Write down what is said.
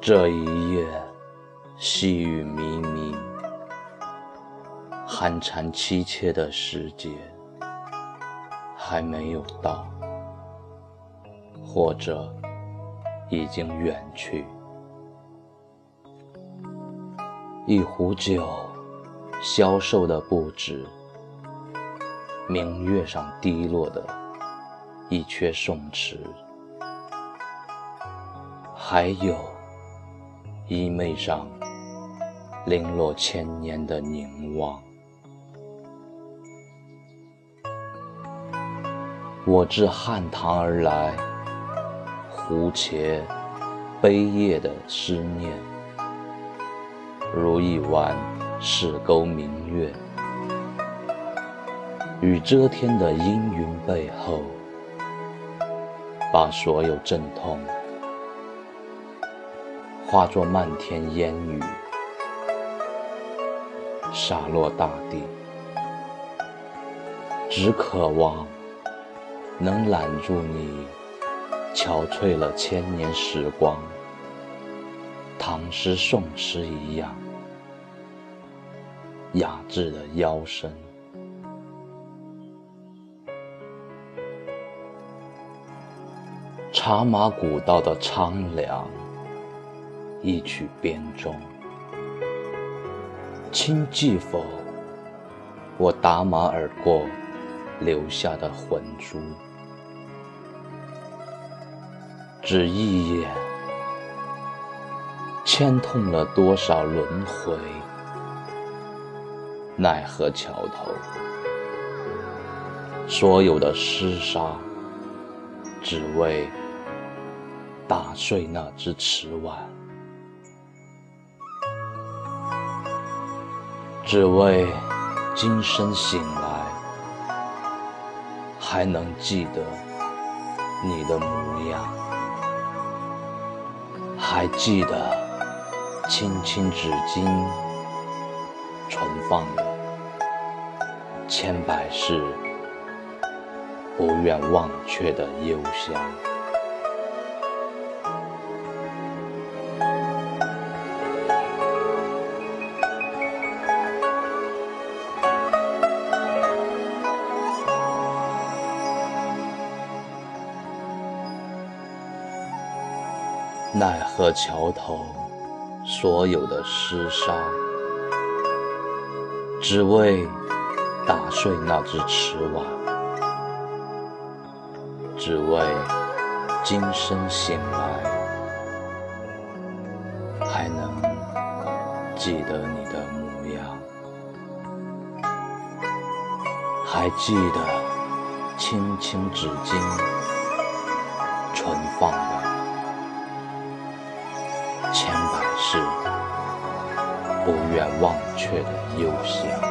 这一夜细雨迷迷，寒蝉凄切的时节还没有到，或者已经远去。一壶酒消瘦的不止明月上滴落的一阙宋词，还有衣袂上零落千年的凝望。我自汉唐而来，胡茄悲咽的思念，如一弯似钩明月，与遮天的阴云背后，把所有阵痛化作漫天烟雨，洒落大地。只渴望能揽住你憔悴了千年时光，唐诗宋词一样雅致的腰身。茶马古道的苍凉，一曲编钟，轻记否我打马而过留下的魂珠？只一眼，牵痛了多少轮回？奈何桥头，所有的厮杀，只为打碎那只瓷碗，只为今生醒来还能记得你的模样，还记得轻轻纸巾存放的千百世不愿忘却的幽香。奈何桥头所有的厮杀，只为打碎那只瓷碗，只为今生醒来还能记得你的模样，还记得轻轻纸巾存放的千百世不愿忘却的幽香。